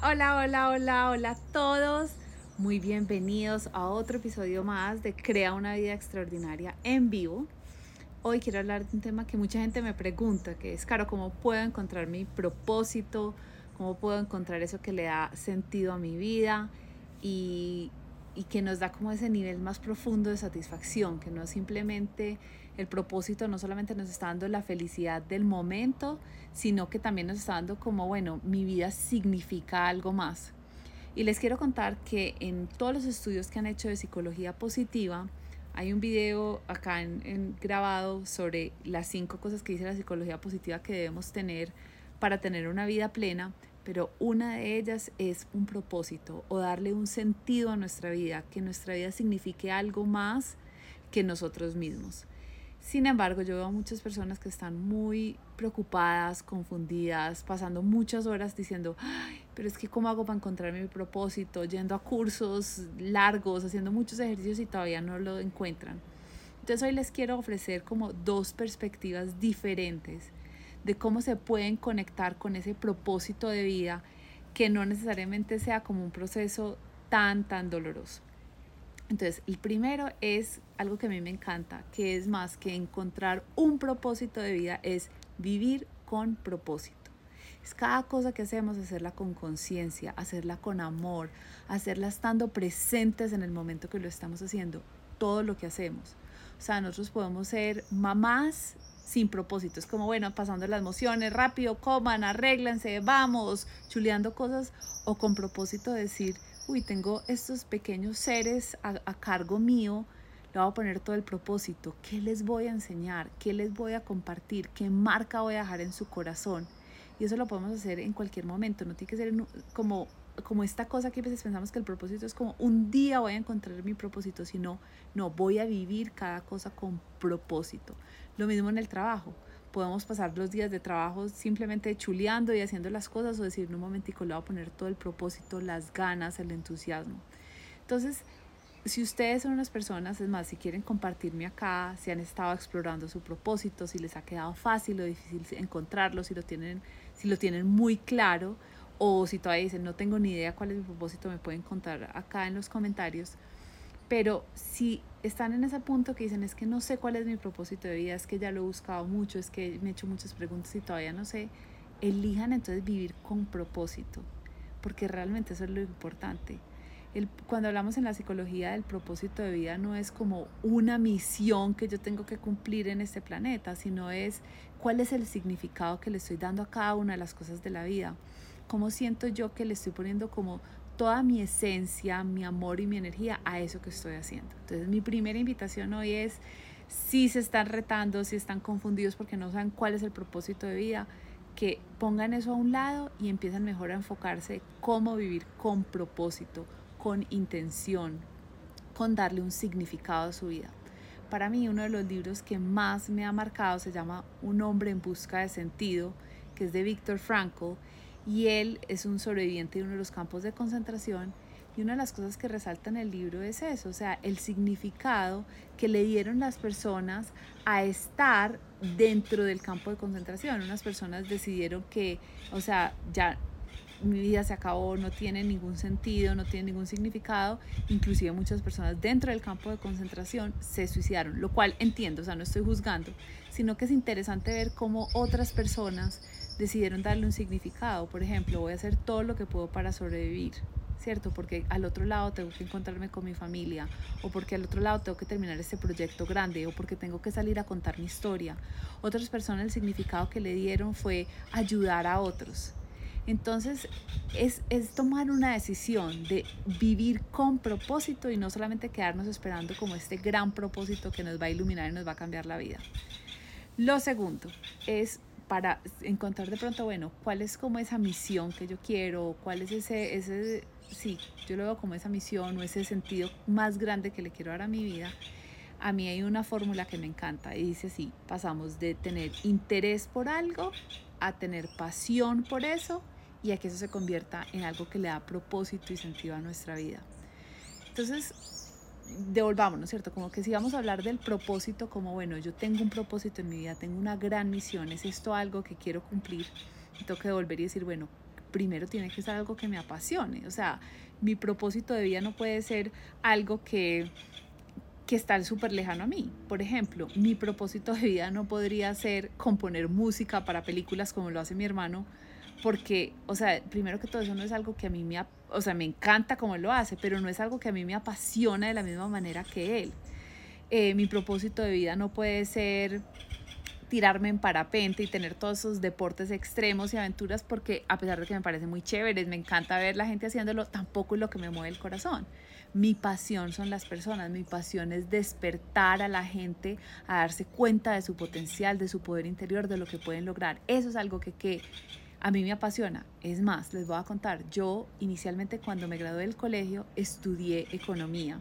Hola, hola, hola, hola a todos. Muy bienvenidos a otro episodio más de Crea una vida extraordinaria en vivo. Hoy quiero hablar de un tema que mucha gente me pregunta, que es, claro, ¿cómo puedo encontrar mi propósito? ¿Cómo puedo encontrar eso que le da sentido a mi vida? Y, y que nos da como ese nivel más profundo de satisfacción, que no es simplemente el propósito, no solamente nos está dando la felicidad del momento, sino que también nos está dando como, bueno, mi vida significa algo más. Y les quiero contar que en todos los estudios que han hecho de psicología positiva, hay un video acá grabado sobre las 5 cosas que dice la psicología positiva que debemos tener para tener una vida plena, pero una de ellas es un propósito o darle un sentido a nuestra vida, que nuestra vida signifique algo más que nosotros mismos. Sin embargo, yo veo a muchas personas que están muy preocupadas, confundidas, pasando muchas horas diciendo, ay, pero es que ¿cómo hago para encontrar mi propósito? Yendo a cursos largos, haciendo muchos ejercicios y todavía no lo encuentran. Entonces hoy les quiero ofrecer como 2 perspectivas diferentes de cómo se pueden conectar con ese propósito de vida que no necesariamente sea como un proceso tan doloroso. Entonces, el primero es algo que a mí me encanta, que es más que encontrar un propósito de vida, es vivir con propósito. Es cada cosa que hacemos, hacerla con conciencia, hacerla con amor, hacerla estando presentes en el momento que lo estamos haciendo, todo lo que hacemos. O sea, nosotros podemos ser mamás sin propósito. Es como, bueno, pasando las emociones, rápido, coman, arréglense, vamos, chuleando cosas, o con propósito de decir, uy, tengo estos pequeños seres a cargo mío, le voy a poner todo el propósito, qué les voy a enseñar, qué les voy a compartir, qué marca voy a dejar en su corazón. Y eso lo podemos hacer en cualquier momento, no tiene que ser como esta cosa que a veces pensamos que el propósito es como un día voy a encontrar mi propósito, sino no, voy a vivir cada cosa con propósito. Lo mismo en el trabajo. Podemos pasar los días de trabajo simplemente chuleando y haciendo las cosas o decir en un momentico le voy a poner todo el propósito, las ganas, el entusiasmo. Entonces, si ustedes son unas personas, es más, si quieren compartirme acá, si han estado explorando su propósito, si les ha quedado fácil o difícil encontrarlo, si lo tienen muy claro, o si todavía dicen no tengo ni idea cuál es mi propósito, me pueden contar acá en los comentarios. Pero si están en ese punto que dicen es que no sé cuál es mi propósito de vida, es que ya lo he buscado mucho, es que me he hecho muchas preguntas y todavía no sé, elijan entonces vivir con propósito, porque realmente eso es lo importante. Cuando hablamos en la psicología del propósito de vida no es como una misión que yo tengo que cumplir en este planeta, sino es cuál es el significado que le estoy dando a cada una de las cosas de la vida. ¿Cómo siento yo que le estoy poniendo como toda mi esencia, mi amor y mi energía a eso que estoy haciendo? Entonces mi primera invitación hoy es, si se están retando, si están confundidos porque no saben cuál es el propósito de vida, que pongan eso a un lado y empiezan mejor a enfocarse cómo vivir con propósito, con intención, con darle un significado a su vida. Para mí uno de los libros que más me ha marcado se llama Un hombre en busca de sentido, que es de Viktor Frankl, y él es un sobreviviente de uno de los campos de concentración. Y una de las cosas que resalta en el libro es eso, o sea, el significado que le dieron las personas a estar dentro del campo de concentración. Unas personas decidieron que, o sea, ya mi vida se acabó, no tiene ningún sentido, no tiene ningún significado. Inclusive muchas personas dentro del campo de concentración se suicidaron, lo cual entiendo, o sea, no estoy juzgando, sino que es interesante ver cómo otras personas decidieron darle un significado. Por ejemplo, voy a hacer todo lo que puedo para sobrevivir, ¿cierto? Porque al otro lado tengo que encontrarme con mi familia, o porque al otro lado tengo que terminar este proyecto grande, o porque tengo que salir a contar mi historia. Otras personas el significado que le dieron fue ayudar a otros. Entonces es tomar una decisión de vivir con propósito y no solamente quedarnos esperando como este gran propósito que nos va a iluminar y nos va a cambiar la vida. Lo segundo es para encontrar de pronto, bueno, cuál es como esa misión que yo quiero, cuál es sí, yo lo veo como esa misión o ese sentido más grande que le quiero dar a mi vida. A mí hay una fórmula que me encanta y dice así, pasamos de tener interés por algo a tener pasión por eso y a que eso se convierta en algo que le da propósito y sentido a nuestra vida. Entonces, devolvámonos, ¿cierto? Como que si vamos a hablar del propósito, como bueno, yo tengo un propósito en mi vida, tengo una gran misión, es esto algo que quiero cumplir, y tengo que devolver y decir, bueno, primero tiene que ser algo que me apasione. O sea, mi propósito de vida no puede ser algo que está súper lejano a mí. Por ejemplo, mi propósito de vida no podría ser componer música para películas como lo hace mi hermano, porque, o sea, primero que todo eso no es algo que a mí me encanta como él lo hace, pero no es algo que a mí me apasiona de la misma manera que él. Mi propósito de vida no puede ser tirarme en parapente y tener todos esos deportes extremos y aventuras, porque a pesar de que me parece muy chévere, me encanta ver la gente haciéndolo, tampoco es lo que me mueve el corazón. Mi pasión son las personas, mi pasión es despertar a la gente a darse cuenta de su potencial, de su poder interior, de lo que pueden lograr. Eso es algo que a mí me apasiona. Es más, les voy a contar, yo inicialmente cuando me gradué del colegio estudié economía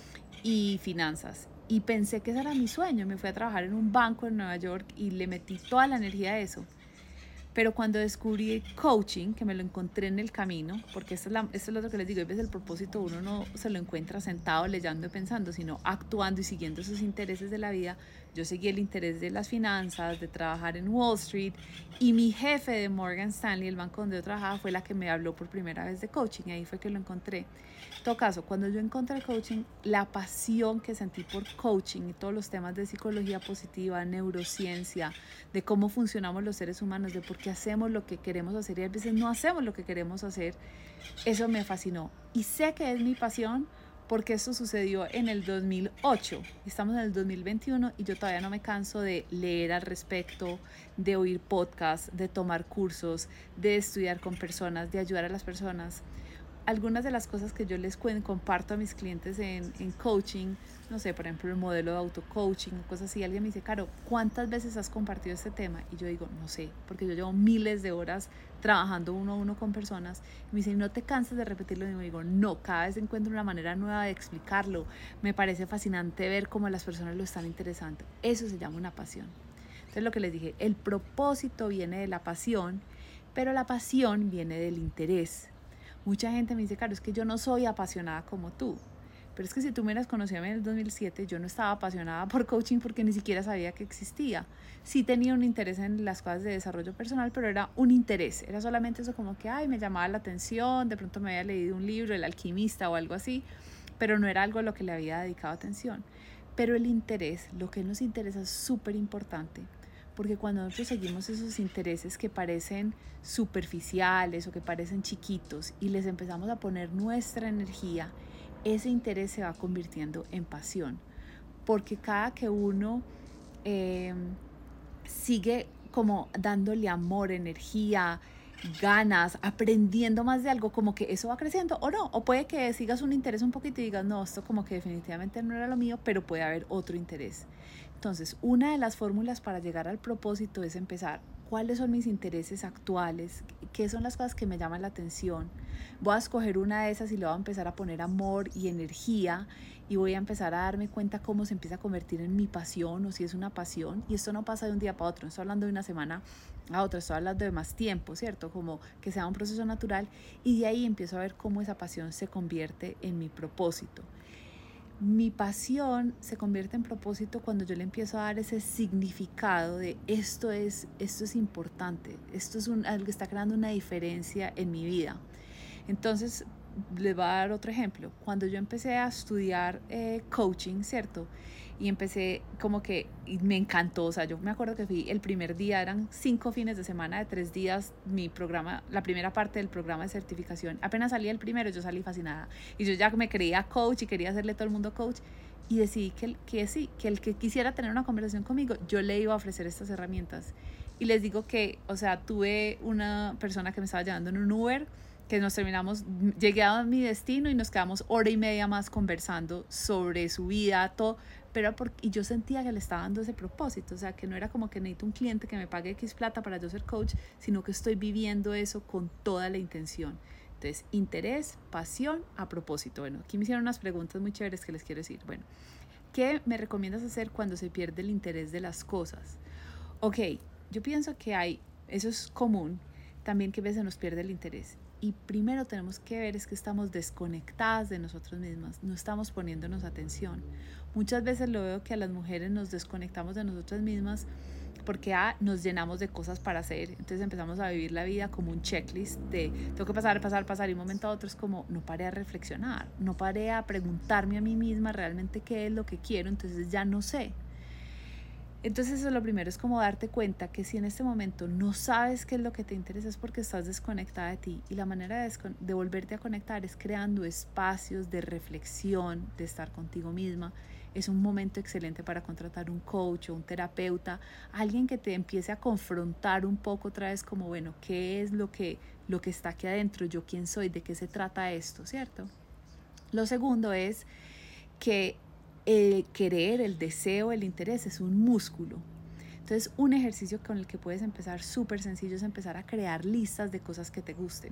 y finanzas. Y pensé que ese era mi sueño. Me fui a trabajar en un banco en Nueva York y le metí toda la energía a eso. Pero cuando descubrí coaching, que me lo encontré en el camino, porque esto es lo que les digo, a veces el propósito uno no se lo encuentra sentado leyendo y pensando, sino actuando y siguiendo sus intereses de la vida. Yo seguí el interés de las finanzas, de trabajar en Wall Street, y mi jefe de Morgan Stanley, el banco donde yo trabajaba, fue la que me habló por primera vez de coaching, y ahí fue que lo encontré. En todo caso, cuando yo encontré coaching, la pasión que sentí por coaching y todos los temas de psicología positiva, neurociencia, de cómo funcionamos los seres humanos, de por qué hacemos lo que queremos hacer y a veces no hacemos lo que queremos hacer, eso me fascinó. Y sé que es mi pasión porque esto sucedió en el 2008. Estamos en el 2021 y yo todavía no me canso de leer al respecto, de oír podcasts, de tomar cursos, de estudiar con personas, de ayudar a las personas. Algunas de las cosas que yo les comparto a mis clientes en coaching, no sé, por ejemplo, el modelo de auto-coaching o cosas así, alguien me dice, Caro, ¿cuántas veces has compartido este tema? Y yo digo, no sé, porque yo llevo miles de horas trabajando uno a uno con personas. Y me dicen, ¿no te cansas de repetirlo? Y yo digo, no, cada vez encuentro una manera nueva de explicarlo. Me parece fascinante ver cómo las personas lo están interesando. Eso se llama una pasión. Entonces, lo que les dije, el propósito viene de la pasión, pero la pasión viene del interés. Mucha gente me dice, Caro, es que yo no soy apasionada como tú. Pero es que si tú me hubieras conocido en el 2007, yo no estaba apasionada por coaching porque ni siquiera sabía que existía. Sí tenía un interés en las cosas de desarrollo personal, pero era un interés. Era solamente eso como que, ay, me llamaba la atención, de pronto me había leído un libro, El alquimista o algo así, pero no era algo a lo que le había dedicado atención. Pero el interés, lo que nos interesa es súper importante. Porque cuando nosotros seguimos esos intereses que parecen superficiales o que parecen chiquitos y les empezamos a poner nuestra energía, ese interés se va convirtiendo en pasión. Porque cada que uno sigue como dándole amor, energía, ganas, aprendiendo más de algo, como que eso va creciendo o no. O puede que sigas un interés un poquito y digas, no, esto como que definitivamente no era lo mío, pero puede haber otro interés. Entonces, una de las fórmulas para llegar al propósito es empezar. ¿Cuáles son mis intereses actuales? ¿Qué son las cosas que me llaman la atención? Voy a escoger una de esas y le voy a empezar a poner amor y energía y voy a empezar a darme cuenta cómo se empieza a convertir en mi pasión o si es una pasión. Y esto no pasa de un día para otro, no estoy hablando de una semana a otra, estoy hablando de más tiempo, ¿cierto? Como que sea un proceso natural y de ahí empiezo a ver cómo esa pasión se convierte en mi propósito. Mi pasión se convierte en propósito cuando yo le empiezo a dar ese significado de esto es importante, esto es algo que está creando una diferencia en mi vida. Entonces, les voy a dar otro ejemplo. Cuando yo empecé a estudiar coaching, ¿cierto? Y empecé como que y me encantó, o sea, yo me acuerdo que fui el primer día, eran 5 fines de semana de 3 días, mi programa, la primera parte del programa de certificación, apenas salí el primero, yo salí fascinada, y yo ya me creía coach y quería hacerle a todo el mundo coach, y decidí que el que quisiera tener una conversación conmigo, yo le iba a ofrecer estas herramientas, y les digo que, o sea, tuve una persona que me estaba llevando en un Uber, que nos terminamos, llegué a mi destino y nos quedamos hora y media más conversando sobre su vida, todo, y yo sentía que le estaba dando ese propósito, o sea, que no era como que necesito un cliente que me pague X plata para yo ser coach, sino que estoy viviendo eso con toda la intención. Entonces, interés, pasión, a propósito. Bueno, aquí me hicieron unas preguntas muy chéveres que les quiero decir. Bueno, ¿qué me recomiendas hacer cuando se pierde el interés de las cosas? Ok, yo pienso que eso es común, también que a veces nos pierde el interés. Y primero tenemos que ver es que estamos desconectadas de nosotros mismas, no estamos poniéndonos atención. Muchas veces lo veo que a las mujeres nos desconectamos de nosotras mismas porque nos llenamos de cosas para hacer, entonces empezamos a vivir la vida como un checklist de tengo que pasar y un momento a otro es como no paré a reflexionar, no paré a preguntarme a mí misma realmente qué es lo que quiero, entonces ya no sé. Entonces eso lo primero es como darte cuenta que si en este momento no sabes qué es lo que te interesa es porque estás desconectada de ti, y la manera de volverte a conectar es creando espacios de reflexión, de estar contigo misma. Es un momento excelente para contratar un coach o un terapeuta, alguien que te empiece a confrontar un poco otra vez como, bueno, ¿qué es lo que está aquí adentro? ¿Yo quién soy? ¿De qué se trata esto? ¿Cierto? Lo segundo es que el querer, el deseo, el interés es un músculo. Entonces, un ejercicio con el que puedes empezar súper sencillo es empezar a crear listas de cosas que te gusten.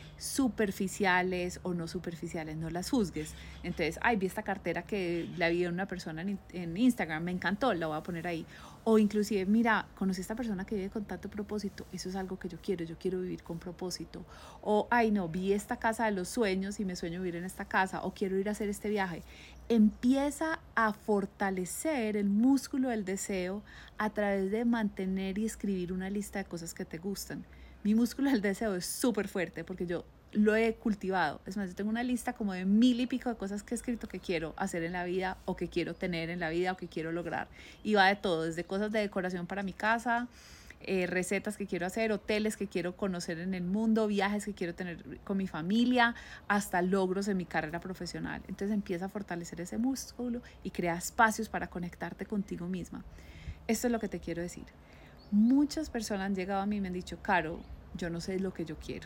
Superficiales o no superficiales, no las juzgues. Entonces, vi esta cartera que la vi en una persona en Instagram, me encantó, la voy a poner ahí. O inclusive, mira, conocí a esta persona que vive con tanto propósito, eso es algo que yo quiero vivir con propósito. O, no, vi esta casa de los sueños y me sueño vivir en esta casa, o quiero ir a hacer este viaje. Empieza a fortalecer el músculo del deseo a través de mantener y escribir una lista de cosas que te gustan. Mi músculo del deseo es súper fuerte porque yo lo he cultivado. Es más, yo tengo una lista como de 1000 y pico de cosas que he escrito que quiero hacer en la vida, o que quiero tener en la vida, o que quiero lograr. Y va de todo, desde cosas de decoración para mi casa, recetas que quiero hacer, hoteles que quiero conocer en el mundo, viajes que quiero tener con mi familia, hasta logros en mi carrera profesional. Entonces empieza a fortalecer ese músculo y crea espacios para conectarte contigo misma. Esto es lo que te quiero decir. Muchas personas han llegado a mí y me han dicho, Caro, yo no sé lo que yo quiero.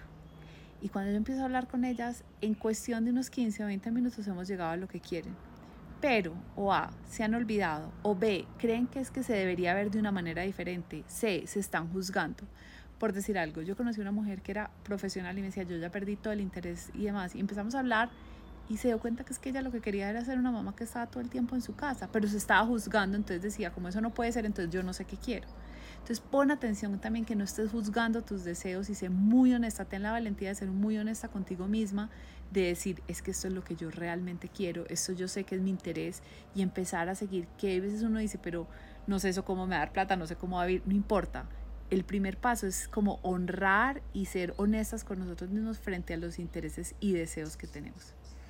Y cuando yo empiezo a hablar con ellas, en cuestión de unos 15 o 20 minutos hemos llegado a lo que quieren. Pero, o A, se han olvidado, o B, creen que es que se debería ver de una manera diferente, C, se están juzgando. Por decir algo, yo conocí a una mujer que era profesional y me decía, yo ya perdí todo el interés y demás, y empezamos a hablar y se dio cuenta que es que ella lo que quería era ser una mamá que estaba todo el tiempo en su casa, pero se estaba juzgando, entonces decía, como eso no puede ser, entonces yo no sé qué quiero. Entonces pon atención también que no estés juzgando tus deseos y sé muy honesta, ten la valentía de ser muy honesta contigo misma, de decir, es que esto es lo que yo realmente quiero, esto yo sé que es mi interés, y empezar a seguir, que a veces uno dice, pero no sé eso cómo me va a dar plata, no sé cómo va a vivir, no importa. El primer paso es como honrar y ser honestas con nosotros mismos frente a los intereses y deseos que tenemos.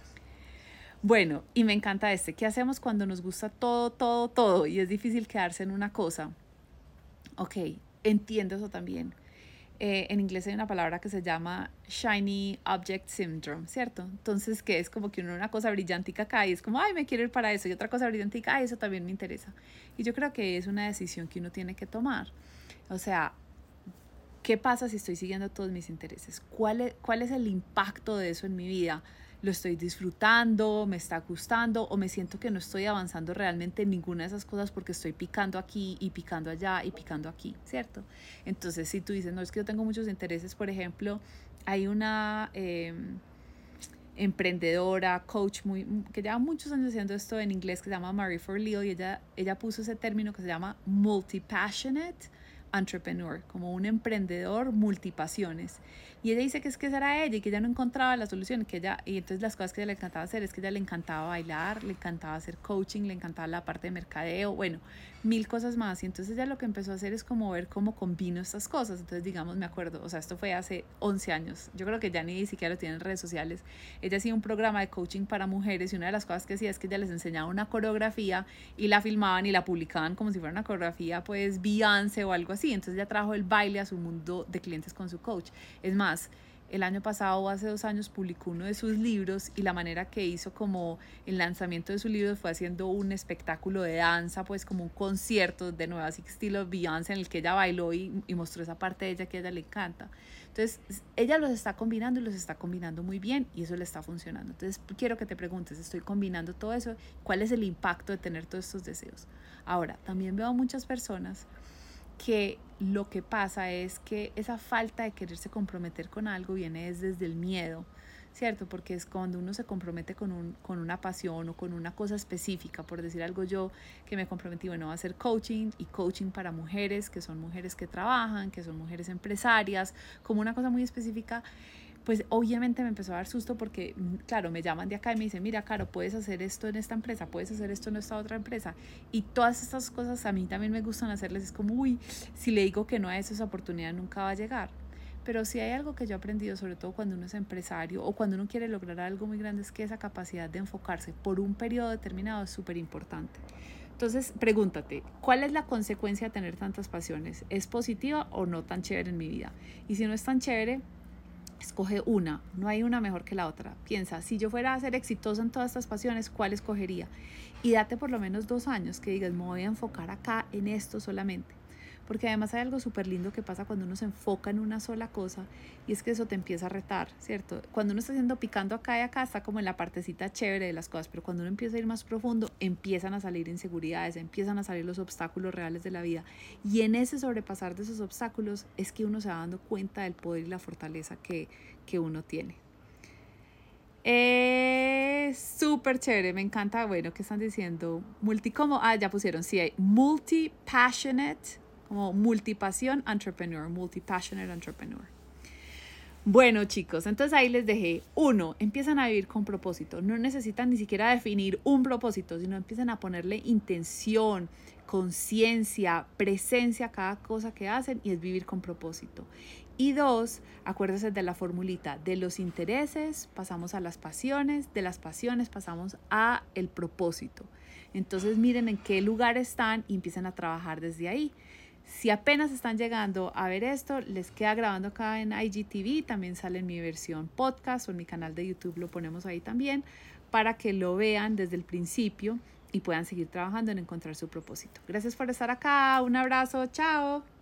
Bueno, y me encanta ¿qué hacemos cuando nos gusta todo y es difícil quedarse en una cosa? Ok, entiendo eso también. En inglés hay una palabra que se llama Shiny Object Syndrome, ¿cierto? Entonces, que es como que uno una cosa brillantica acá y es como, me quiero ir para eso, y otra cosa brillantica, eso también me interesa. Y yo creo que es una decisión que uno tiene que tomar. O sea, ¿qué pasa si estoy siguiendo todos mis intereses? ¿Cuál es el impacto de eso en mi vida? ¿Lo estoy disfrutando? ¿Me está gustando? ¿O me siento que no estoy avanzando realmente en ninguna de esas cosas porque estoy picando aquí y picando allá y picando aquí, ¿cierto? Entonces, si tú dices, no, es que yo tengo muchos intereses, por ejemplo, hay una emprendedora, coach, que lleva muchos años haciendo esto en inglés, que se llama Marie Forleo, y ella puso ese término que se llama multi-passionate entrepreneur, como un emprendedor multipasiones. Y ella dice que es que esa era ella y que ella no encontraba la solución, y entonces las cosas que ella le encantaba hacer es que ella le encantaba bailar, le encantaba hacer coaching, le encantaba la parte de mercadeo, bueno, 1000 cosas más. Y entonces ella lo que empezó a hacer es como ver cómo combino estas cosas. Entonces, digamos, me acuerdo, o sea, esto fue hace 11 años, yo creo que ya ni siquiera lo tiene en redes sociales. Ella hacía un programa de coaching para mujeres y una de las cosas que hacía es que ella les enseñaba una coreografía y la filmaban y la publicaban como si fuera una coreografía pues Beyoncé o algo así. Entonces ella trajo el baile a su mundo de clientes con su coach. Es más, el año pasado o hace 2 años publicó uno de sus libros, y la manera que hizo como el lanzamiento de su libro fue haciendo un espectáculo de danza, pues como un concierto de nuevo, así estilo Beyoncé, en el que ella bailó y mostró esa parte de ella que a ella le encanta. Entonces ella los está combinando y los está combinando muy bien, y eso le está funcionando. Entonces quiero que te preguntes, estoy combinando todo eso, ¿cuál es el impacto de tener todos estos deseos? Ahora, también veo a muchas personas que lo que pasa es que esa falta de quererse comprometer con algo viene desde el miedo, ¿cierto? Porque es cuando uno se compromete con una pasión o con una cosa específica. Por decir algo, yo que me comprometí, a hacer coaching, y coaching para mujeres, que son mujeres que trabajan, que son mujeres empresarias, como una cosa muy específica. pues obviamente me empezó a dar susto porque, claro, me llaman de acá y me dicen, mira, Caro, puedes hacer esto en esta empresa, puedes hacer esto en esta otra empresa. Y todas estas cosas a mí también me gustan hacerles. Es como, uy, si le digo que no a eso, esa oportunidad nunca va a llegar. Pero sí hay algo que yo he aprendido, sobre todo cuando uno es empresario o cuando uno quiere lograr algo muy grande, es que esa capacidad de enfocarse por un periodo determinado es súper importante. Entonces, pregúntate, ¿cuál es la consecuencia de tener tantas pasiones? ¿Es positiva o no tan chévere en mi vida? Y si no es tan chévere, escoge una, no hay una mejor que la otra. Piensa, si yo fuera a ser exitosa en todas estas pasiones, ¿cuál escogería? Y date por lo menos 2 años que digas, me voy a enfocar acá en esto solamente. Porque además hay algo súper lindo que pasa cuando uno se enfoca en una sola cosa, y es que eso te empieza a retar, ¿cierto? Cuando uno está haciendo picando acá y acá, está como en la partecita chévere de las cosas, pero cuando uno empieza a ir más profundo, empiezan a salir inseguridades, empiezan a salir los obstáculos reales de la vida. Y en ese sobrepasar de esos obstáculos es que uno se va dando cuenta del poder y la fortaleza que uno tiene. Súper chévere, me encanta. Bueno, ¿qué están diciendo? Ya pusieron, sí, hay multi-passionate, como multipasión entrepreneur, multi-passionate entrepreneur. Bueno, chicos, entonces ahí les dejé. 1, empiezan a vivir con propósito. No necesitan ni siquiera definir un propósito, sino empiezan a ponerle intención, conciencia, presencia a cada cosa que hacen, y es vivir con propósito. Y 2, acuérdense de la formulita, de los intereses pasamos a las pasiones, de las pasiones pasamos a el propósito. Entonces miren en qué lugar están y empiezan a trabajar desde ahí. Si apenas están llegando a ver esto, les queda grabando acá en IGTV, también sale en mi versión podcast o en mi canal de YouTube, lo ponemos ahí también, para que lo vean desde el principio y puedan seguir trabajando en encontrar su propósito. Gracias por estar acá, un abrazo, chao.